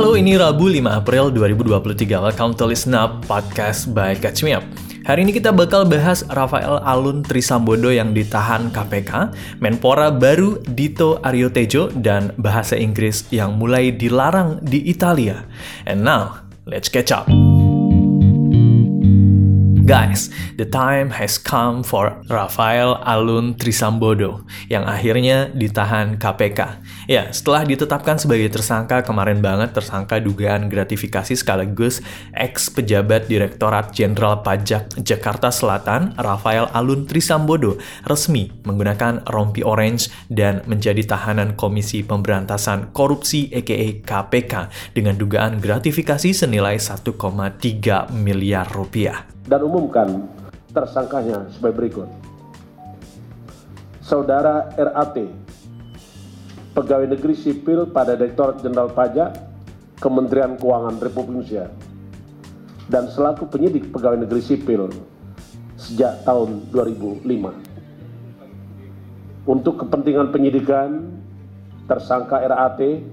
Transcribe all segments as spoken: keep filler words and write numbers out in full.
Halo, ini Rabu lima April dua ribu dua puluh tiga. Welcome to Listen Up, podcast by Catch Me Up. Hari ini kita bakal bahas Rafael Alun Trisambodo yang ditahan K P K, Menpora baru Dito Aryo Tejo, dan bahasa Inggris yang mulai dilarang di Italia. And now, let's catch up. Guys, the time has come for Rafael Alun Trisambodo yang akhirnya ditahan K P K. Ya, setelah ditetapkan sebagai tersangka kemarin banget, tersangka dugaan gratifikasi sekaligus ex-pejabat Direktorat Jenderal Pajak Jakarta Selatan, Rafael Alun Trisambodo, resmi menggunakan rompi orange dan menjadi tahanan Komisi Pemberantasan Korupsi aka K P K dengan dugaan gratifikasi senilai satu koma tiga miliar rupiah. Dan umumkan tersangkanya sebagai berikut. Saudara R A T, Pegawai Negeri Sipil pada Direktorat Jenderal Pajak, Kementerian Keuangan Republik Indonesia, dan selaku penyidik Pegawai Negeri Sipil sejak tahun dua ribu lima. Untuk kepentingan penyidikan, tersangka R A T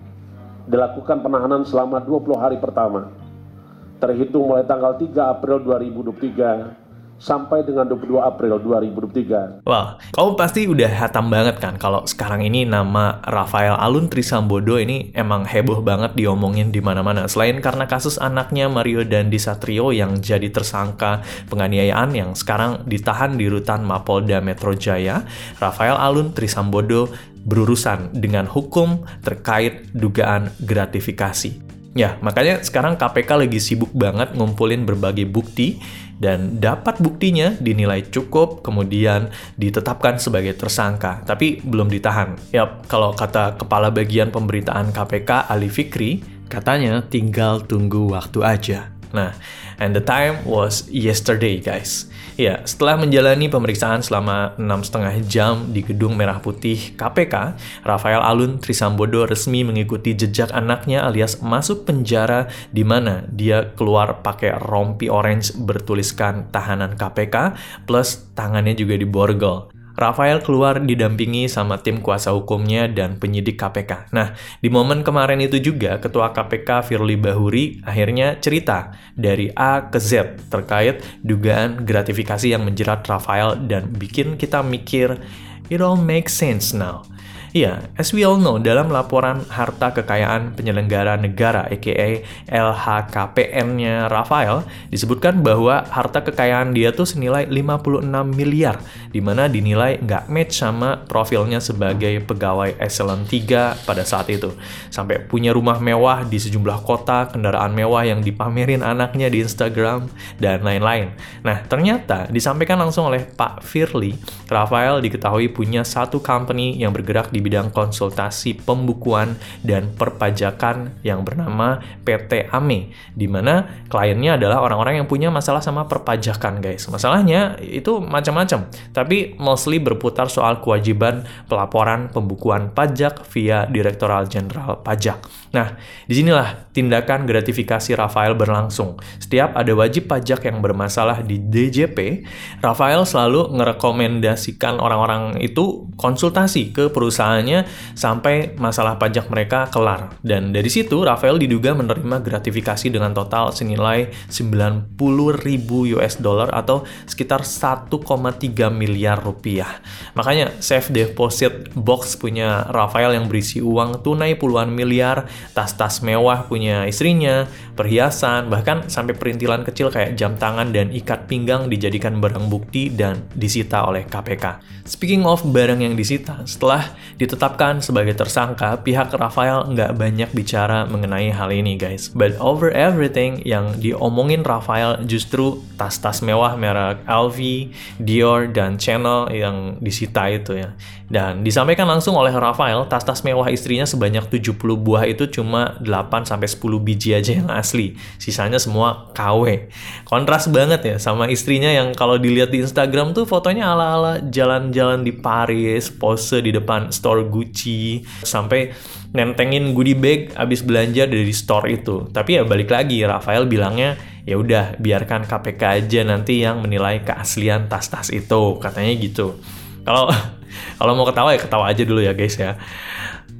dilakukan penahanan selama dua puluh hari pertama, terhitung mulai tanggal tiga April dua ribu dua puluh tiga sampai dengan dua puluh dua April dua ribu dua puluh tiga. Wah, kamu pasti udah hatam banget kan kalau sekarang ini nama Rafael Alun Trisambodo ini emang heboh banget diomongin di mana-mana. Selain karena kasus anaknya Mario Dandi Satrio yang jadi tersangka penganiayaan yang sekarang ditahan di rutan Mapolda Metro Jaya, Rafael Alun Trisambodo berurusan dengan hukum terkait dugaan gratifikasi. Ya, makanya sekarang K P K lagi sibuk banget ngumpulin berbagai bukti dan dapat buktinya dinilai cukup, kemudian ditetapkan sebagai tersangka, tapi belum ditahan. Yap, kalau kata Kepala Bagian Pemberitaan K P K Ali Fikri, katanya tinggal tunggu waktu aja. Nah, and the time was yesterday, guys. Ya, setelah menjalani pemeriksaan selama enam setengah jam di Gedung Merah Putih K P K, Rafael Alun Trisambodo resmi mengikuti jejak anaknya alias masuk penjara di mana dia keluar pakai rompi orange bertuliskan tahanan K P K plus tangannya juga diborgol. Rafael keluar didampingi sama tim kuasa hukumnya dan penyidik K P K. Nah, di momen kemarin itu juga, Ketua K P K Firly Bahuri akhirnya cerita dari A ke Z terkait dugaan gratifikasi yang menjerat Rafael dan bikin kita mikir, it all makes sense now. Iya, as we all know, dalam laporan harta kekayaan penyelenggara negara aka L H K P N-nya Rafael, disebutkan bahwa harta kekayaan dia tuh senilai lima puluh enam miliar, di mana dinilai nggak match sama profilnya sebagai pegawai eselon tiga pada saat itu. Sampai punya rumah mewah di sejumlah kota, kendaraan mewah yang dipamerin anaknya di Instagram, dan lain-lain. Nah, ternyata disampaikan langsung oleh Pak Firly, Rafael diketahui punya satu company yang bergerak di bidang konsultasi pembukuan dan perpajakan yang bernama P T A M E, di mana kliennya adalah orang-orang yang punya masalah sama perpajakan, guys. Masalahnya itu macam-macam, tapi mostly berputar soal kewajiban pelaporan pembukuan pajak via Direktorat Jenderal Pajak. Nah, disinilah tindakan gratifikasi Rafael berlangsung. Setiap ada wajib pajak yang bermasalah di D J P, Rafael selalu merekomendasikan orang-orang itu konsultasi ke perusahaan sampai masalah pajak mereka kelar. Dan dari situ Rafael diduga menerima gratifikasi dengan total senilai sembilan puluh ribu U S dollar atau sekitar satu koma tiga miliar rupiah. Makanya safe deposit box punya Rafael yang berisi uang tunai puluhan miliar, tas-tas mewah punya istrinya, perhiasan, bahkan sampai perintilan kecil kayak jam tangan dan ikat pinggang dijadikan barang bukti dan disita oleh K P K. Speaking of barang yang disita, setelah ditetapkan sebagai tersangka, pihak Rafael nggak banyak bicara mengenai hal ini, guys. But over everything, yang diomongin Rafael justru tas-tas mewah merek L V, Dior, dan Chanel yang disita itu ya. Dan disampaikan langsung oleh Rafael, tas-tas mewah istrinya sebanyak tujuh puluh buah itu cuma delapan sampai sepuluh biji aja yang asli. Sisanya semua K W. Kontras banget ya sama istrinya yang kalau dilihat di Instagram tuh fotonya ala-ala jalan-jalan di Paris, pose di depan store Gucci, sampai nentengin goodie bag abis belanja dari store itu. Tapi ya balik lagi, Rafael bilangnya ya udah biarkan K P K aja nanti yang menilai keaslian tas-tas itu, katanya gitu. Kalau kalau mau ketawa ya ketawa aja dulu ya guys ya.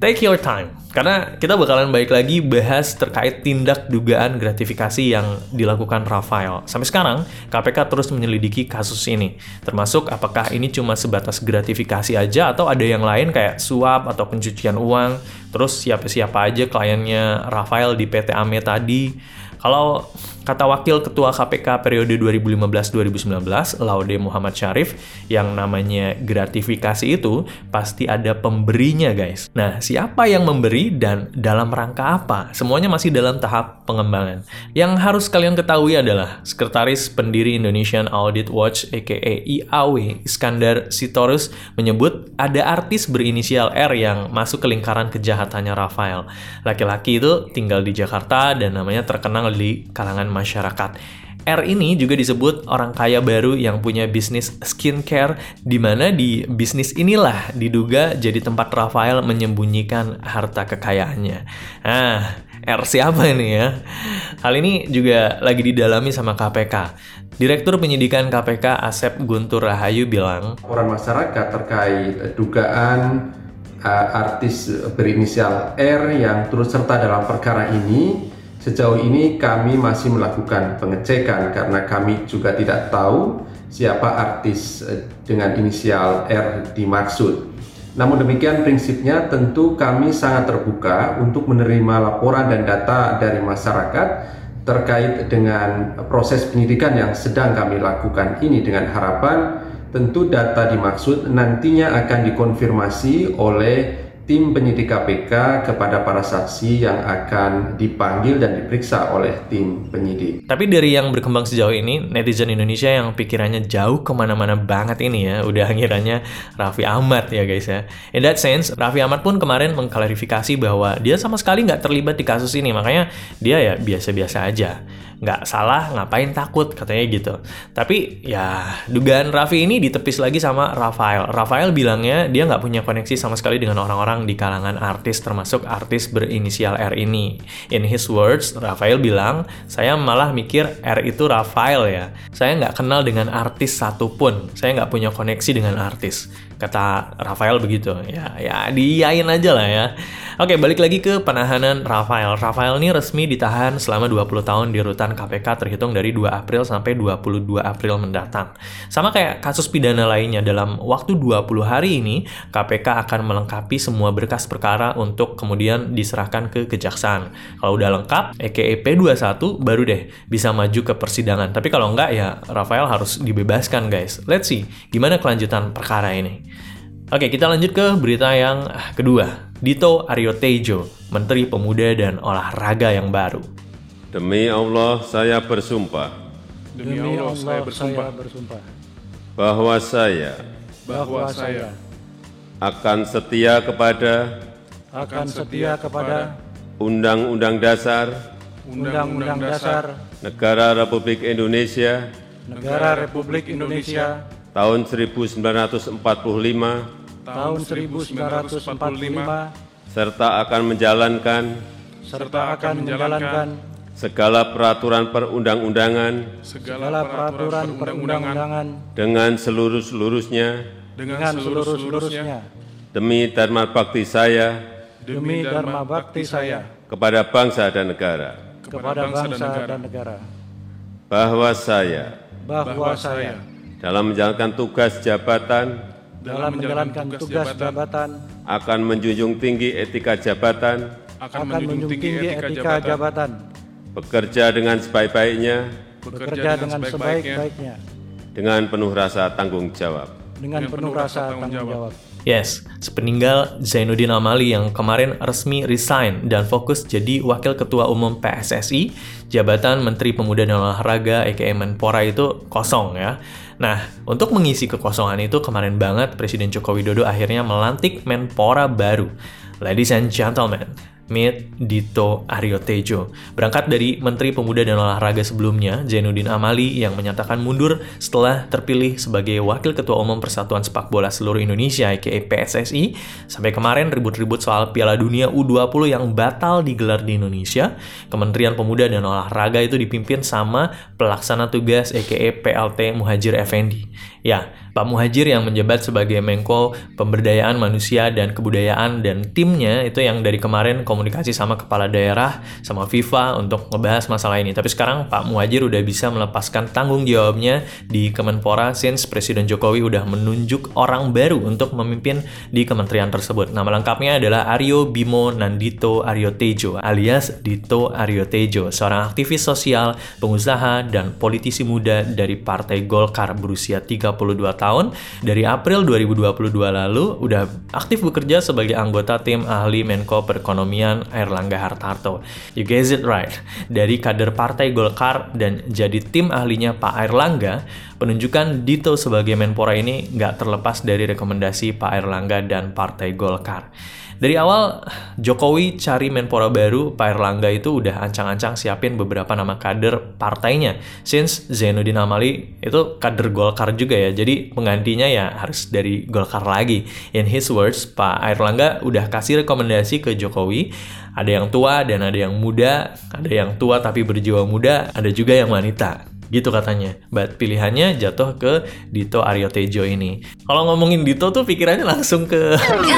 take your time. Karena kita bakalan balik lagi bahas terkait tindak dugaan gratifikasi yang dilakukan Rafael. Sampai sekarang, K P K terus menyelidiki kasus ini. Termasuk apakah ini cuma sebatas gratifikasi aja atau ada yang lain kayak suap atau pencucian uang. Terus siapa-siapa aja kliennya Rafael di P T A M E tadi. Kalau kata Wakil Ketua K P K periode dua ribu lima belas sampai dua ribu sembilan belas, Laude Muhammad Syarif, yang namanya gratifikasi itu pasti ada pemberinya, guys. Nah, siapa yang memberi dan dalam rangka apa? Semuanya masih dalam tahap pengembangan. Yang harus kalian ketahui adalah Sekretaris Pendiri Indonesian Audit Watch aka I A W, Iskandar Sitorus, menyebut ada artis berinisial R yang masuk ke lingkaran kejahatannya Rafael. Laki-laki itu tinggal di Jakarta dan namanya terkenal di kalangan masyarakat. R ini juga disebut orang kaya baru yang punya bisnis skincare, di mana di bisnis inilah diduga jadi tempat Rafael menyembunyikan harta kekayaannya. Nah, R siapa ini ya? Hal ini juga lagi didalami sama K P K. Direktur Penyidikan K P K Asep Guntur Rahayu bilang, laporan masyarakat terkait dugaan uh, artis berinisial R yang turut serta dalam perkara ini, sejauh ini kami masih melakukan pengecekan karena kami juga tidak tahu siapa artis dengan inisial R dimaksud. Namun demikian prinsipnya tentu kami sangat terbuka untuk menerima laporan dan data dari masyarakat terkait dengan proses penyidikan yang sedang kami lakukan ini, dengan harapan tentu data dimaksud nantinya akan dikonfirmasi oleh tim penyidik K P K kepada para saksi yang akan dipanggil dan diperiksa oleh tim penyidik. Tapi dari yang berkembang sejauh ini, netizen Indonesia yang pikirannya jauh kemana-mana banget ini ya, udah ngiranya Raffi Ahmad ya guys ya. In that sense, Raffi Ahmad pun kemarin mengklarifikasi bahwa dia sama sekali nggak terlibat di kasus ini, makanya dia ya biasa-biasa aja. Nggak salah, ngapain takut, katanya gitu. Tapi ya dugaan Raffi ini ditepis lagi sama Rafael. Rafael bilangnya dia nggak punya koneksi sama sekali dengan orang-orang di kalangan artis, termasuk artis berinisial R ini. In his words, Rafael bilang, saya malah mikir R itu Rafael ya. Saya nggak kenal dengan artis satupun. Saya nggak punya koneksi dengan artis. Kata Rafael begitu. Ya, ya diiyain aja lah ya. Oke, balik lagi ke penahanan Rafael. Rafael ini resmi ditahan selama dua puluh tahun di rutan K P K terhitung dari dua April sampai dua puluh dua April mendatang. Sama kayak kasus pidana lainnya, dalam waktu dua puluh hari ini K P K akan melengkapi semua berkas perkara untuk kemudian diserahkan ke kejaksaan. Kalau udah lengkap, aka P dua puluh satu, baru deh bisa maju ke persidangan. Tapi kalau enggak ya Rafael harus dibebaskan, guys. Let's see gimana kelanjutan perkara ini. Oke, kita lanjut ke berita yang kedua. Dito Aryo Tejo, Menteri Pemuda dan Olahraga yang baru. Demi Allah saya bersumpah. Demi Allah saya bersumpah. Bahwa saya. Bahwa saya. Akan setia kepada. Akan setia kepada. Undang-Undang Dasar. Undang-Undang Dasar. Negara Republik Indonesia. Negara Republik Indonesia. Tahun seribu sembilan ratus empat puluh lima. Tahun seribu sembilan ratus empat puluh lima. Serta akan menjalankan. Serta akan menjalankan. Segala peraturan perundang-undangan. Segala peraturan perundang-undangan. Dengan seluruh-seluruhnya. Dengan seluruh-seluruhnya. Demi dharma bakti saya. Demi dharma bakti saya. Kepada bangsa dan negara. Kepada bangsa dan negara. Bahwa saya. Bahwa saya. Dalam menjalankan tugas jabatan. Dalam menjalankan tugas jabatan. Akan menjunjung tinggi etika jabatan. Akan menjunjung tinggi etika jabatan. Bekerja dengan sebaik-baiknya. Bekerja dengan sebaik-baiknya. Dengan penuh rasa tanggung jawab. Dengan penuh rasa tanggung jawab. Yes, sepeninggal Zainuddin Amali yang kemarin resmi resign dan fokus jadi Wakil Ketua Umum P S S I, jabatan Menteri Pemuda dan Olahraga aka Menpora itu kosong ya. Nah, untuk mengisi kekosongan itu kemarin banget Presiden Joko Widodo akhirnya melantik Menpora baru. Ladies and gentlemen, meet Dito Aryo Tejo. Berangkat dari Menteri Pemuda dan Olahraga sebelumnya, Zainuddin Amali yang menyatakan mundur setelah terpilih sebagai Wakil Ketua Umum Persatuan Sepak Bola Seluruh Indonesia aka P S S I, sampai kemarin ribut-ribut soal Piala Dunia U dua puluh yang batal digelar di Indonesia. Kementerian Pemuda dan Olahraga itu dipimpin sama pelaksana tugas aka P L T Muhadjir Effendi. Ya, Pak Muhadjir yang menjabat sebagai Menko Pemberdayaan Manusia dan Kebudayaan dan timnya itu yang dari kemarin komunikasi sama kepala daerah, sama FIFA untuk ngebahas masalah ini. Tapi sekarang Pak Muhadjir udah bisa melepaskan tanggung jawabnya di Kemenpora since Presiden Jokowi udah menunjuk orang baru untuk memimpin di kementerian tersebut. Nama lengkapnya adalah Aryo Bimo Nandito Aryo Tejo alias Dito Aryo Tejo, seorang aktivis sosial, pengusaha, dan politisi muda dari Partai Golkar berusia tiga puluh dua tahun. Dari April dua ribu dua puluh dua lalu udah aktif bekerja sebagai anggota tim ahli Menko Perekonomian Airlangga Hartarto. You guessed it right. Dari kader Partai Golkar dan jadi tim ahlinya Pak Airlangga, penunjukan Dito sebagai Menpora ini nggak terlepas dari rekomendasi Pak Airlangga dan Partai Golkar. Dari awal Jokowi cari Menpora baru, Pak Airlangga itu udah ancang-ancang siapin beberapa nama kader partainya. Since Zainuddin Amali itu kader Golkar juga ya, jadi penggantinya ya harus dari Golkar lagi. In his words, Pak Airlangga udah kasih rekomendasi ke Jokowi. Ada yang tua dan ada yang muda, ada yang tua tapi berjiwa muda, ada juga yang wanita. Gitu katanya. But pilihannya jatuh ke Dito Aryo Tejo ini. Kalau ngomongin Dito tuh pikirannya langsung ke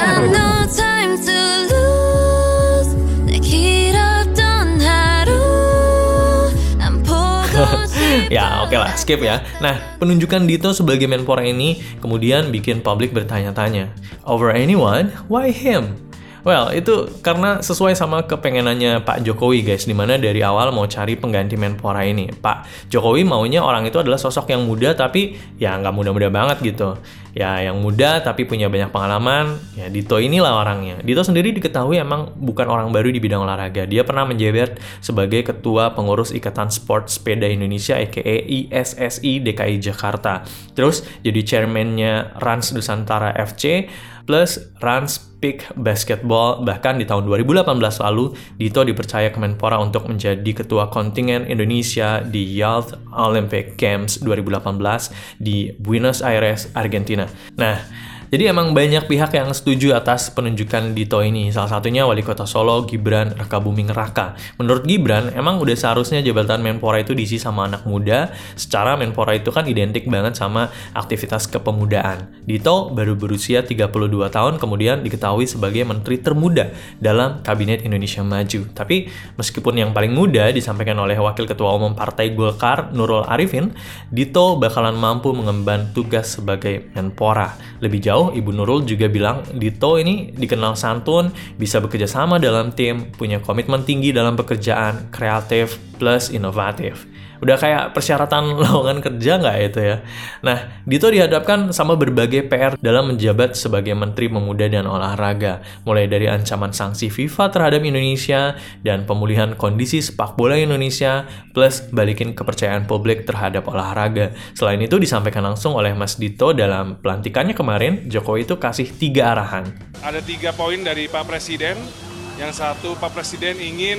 ya oke okay lah, skip ya. Nah, penunjukan Dito sebagai Menpora ini kemudian bikin publik bertanya-tanya, over anyone, why him? Well, itu karena sesuai sama kepengenannya Pak Jokowi guys, dimana dari awal mau cari pengganti Menpora ini. Pak Jokowi maunya orang itu adalah sosok yang muda tapi ya nggak muda-muda banget gitu. Ya yang muda tapi punya banyak pengalaman, ya Dito inilah orangnya. Dito sendiri diketahui emang bukan orang baru di bidang olahraga. Dia pernah menjabat sebagai Ketua Pengurus Ikatan Sport Sepeda Indonesia aka I S S I D K I Jakarta. Terus jadi chairman-nya Rans Nusantara F C plus Rans Peak Basketball. Bahkan di tahun dua ribu delapan belas lalu, Dito dipercaya Kemenpora untuk menjadi ketua kontingen Indonesia di Youth Olympic Games dua ribu delapan belas di Buenos Aires, Argentina. Nah, jadi emang banyak pihak yang setuju atas penunjukan Dito ini. Salah satunya Wali Kota Solo, Gibran Rakabuming Raka. Menurut Gibran, emang udah seharusnya jabatan Menpora itu diisi sama anak muda. Secara Menpora itu kan identik banget sama aktivitas kepemudaan. Dito baru berusia tiga puluh dua tahun, kemudian diketahui sebagai menteri termuda dalam Kabinet Indonesia Maju. Tapi meskipun yang paling muda disampaikan oleh Wakil Ketua Umum Partai Golkar, Nurul Arifin, Dito bakalan mampu mengemban tugas sebagai Menpora. Lebih jauh, Ibu Nurul juga bilang Dito ini dikenal santun, bisa bekerja sama dalam tim, punya komitmen tinggi dalam pekerjaan, kreatif plus inovatif. Udah kayak persyaratan lowongan kerja nggak itu ya? Nah, Dito dihadapkan sama berbagai P R dalam menjabat sebagai Menteri Pemuda dan Olahraga, mulai dari ancaman sanksi FIFA terhadap Indonesia dan pemulihan kondisi sepak bola Indonesia, plus balikin kepercayaan publik terhadap olahraga. Selain itu disampaikan langsung oleh Mas Dito dalam pelantikannya kemarin, Jokowi itu kasih tiga arahan. Ada tiga poin dari Pak Presiden. Yang satu, Pak Presiden ingin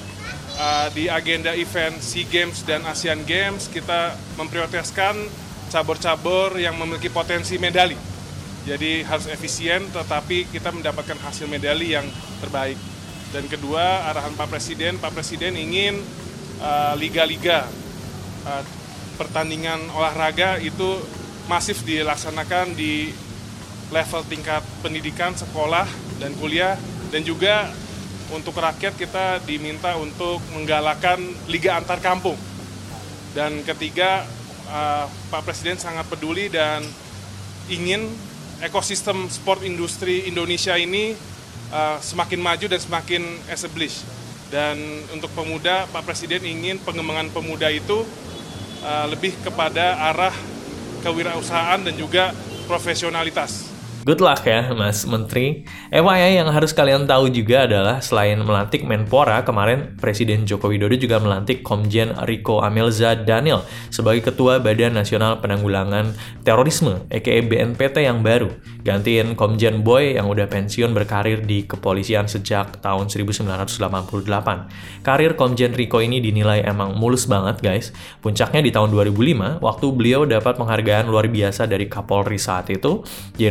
Uh, di agenda event SEA Games dan Asian Games kita memprioritaskan cabur-cabur yang memiliki potensi medali. Jadi harus efisien tetapi kita mendapatkan hasil medali yang terbaik. Dan kedua, arahan Pak Presiden, Pak Presiden ingin uh, liga-liga uh, pertandingan olahraga itu masif dilaksanakan di level tingkat pendidikan, sekolah, dan kuliah, dan juga untuk rakyat kita diminta untuk menggalakkan liga antar kampung. Dan ketiga, uh, Pak Presiden sangat peduli dan ingin ekosistem sport industri Indonesia ini uh, semakin maju dan semakin established. Dan untuk pemuda, Pak Presiden ingin pengembangan pemuda itu uh, lebih kepada arah kewirausahaan dan juga profesionalitas. Good luck ya Mas Menteri. F Y I yang harus kalian tahu juga adalah selain melantik Menpora, kemarin Presiden Joko Widodo juga melantik Komjen Riko Amelza Daniel sebagai Ketua Badan Nasional Penanggulangan Terorisme aka B N P T yang baru. Gantiin Komjen Boy yang udah pensiun berkarir di kepolisian sejak tahun seribu sembilan ratus delapan puluh delapan. Karir Komjen Riko ini dinilai emang mulus banget guys. Puncaknya di tahun dua ribu lima waktu beliau dapat penghargaan luar biasa dari Kapolri saat itu, Jenderal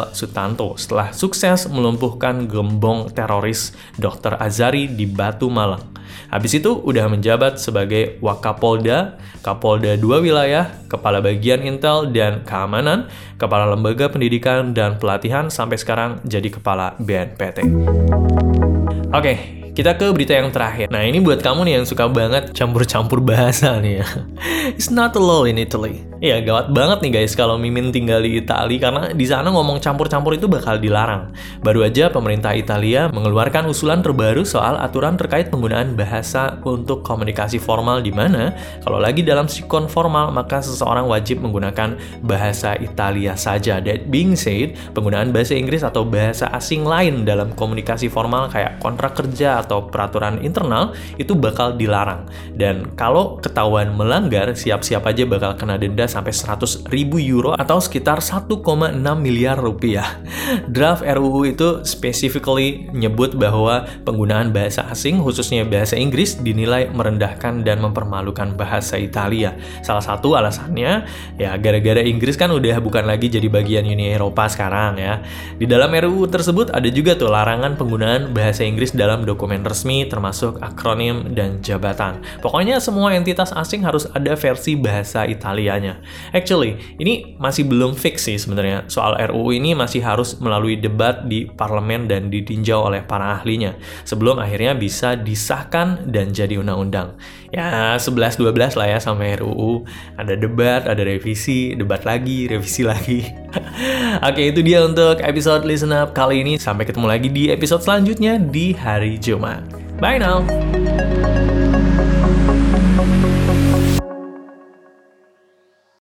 Jenderal Sutanto setelah sukses melumpuhkan gembong teroris dokter Azhari di Batu Malang. Habis itu udah menjabat sebagai Wakapolda, Kapolda dua wilayah, Kepala Bagian Intel dan Keamanan, Kepala Lembaga Pendidikan dan Pelatihan, sampai sekarang jadi Kepala B N P T. Oke, kita ke berita yang terakhir. Nah, ini buat kamu nih yang suka banget campur-campur bahasa nih ya. It's not a law in Italy. Ya, gawat banget nih guys kalau Mimin tinggal di Italia, karena di sana ngomong campur-campur itu bakal dilarang. Baru aja pemerintah Italia mengeluarkan usulan terbaru soal aturan terkait penggunaan bahasa untuk komunikasi formal, di mana kalau lagi dalam sikon formal maka seseorang wajib menggunakan bahasa Italia saja. That being said, penggunaan bahasa Inggris atau bahasa asing lain dalam komunikasi formal kayak kontrak kerja atau peraturan internal itu bakal dilarang. Dan kalau ketahuan melanggar, siap-siap aja bakal kena denda sampai seratus ribu euro atau sekitar satu koma enam miliar rupiah. Draft R U U itu specifically nyebut bahwa penggunaan bahasa asing, khususnya bahasa Inggris, dinilai merendahkan dan mempermalukan bahasa Italia. Salah satu alasannya, ya gara-gara Inggris kan udah bukan lagi jadi bagian Uni Eropa sekarang ya. Di dalam R U U tersebut ada juga tuh larangan penggunaan bahasa Inggris dalam dokumen resmi, termasuk akronim dan jabatan. Pokoknya semua entitas asing harus ada versi bahasa Italianya. Actually, ini masih belum fix sih sebenarnya. Soal R U U ini masih harus melalui debat di parlemen dan ditinjau oleh para ahlinya sebelum akhirnya bisa disahkan dan jadi undang-undang. Ya, sebelas dua belas lah ya sama R U U. Ada debat, ada revisi, debat lagi, revisi lagi. Oke, itu dia untuk episode Listen Up kali ini. Sampai ketemu lagi di episode selanjutnya di hari Jumat. Bye now!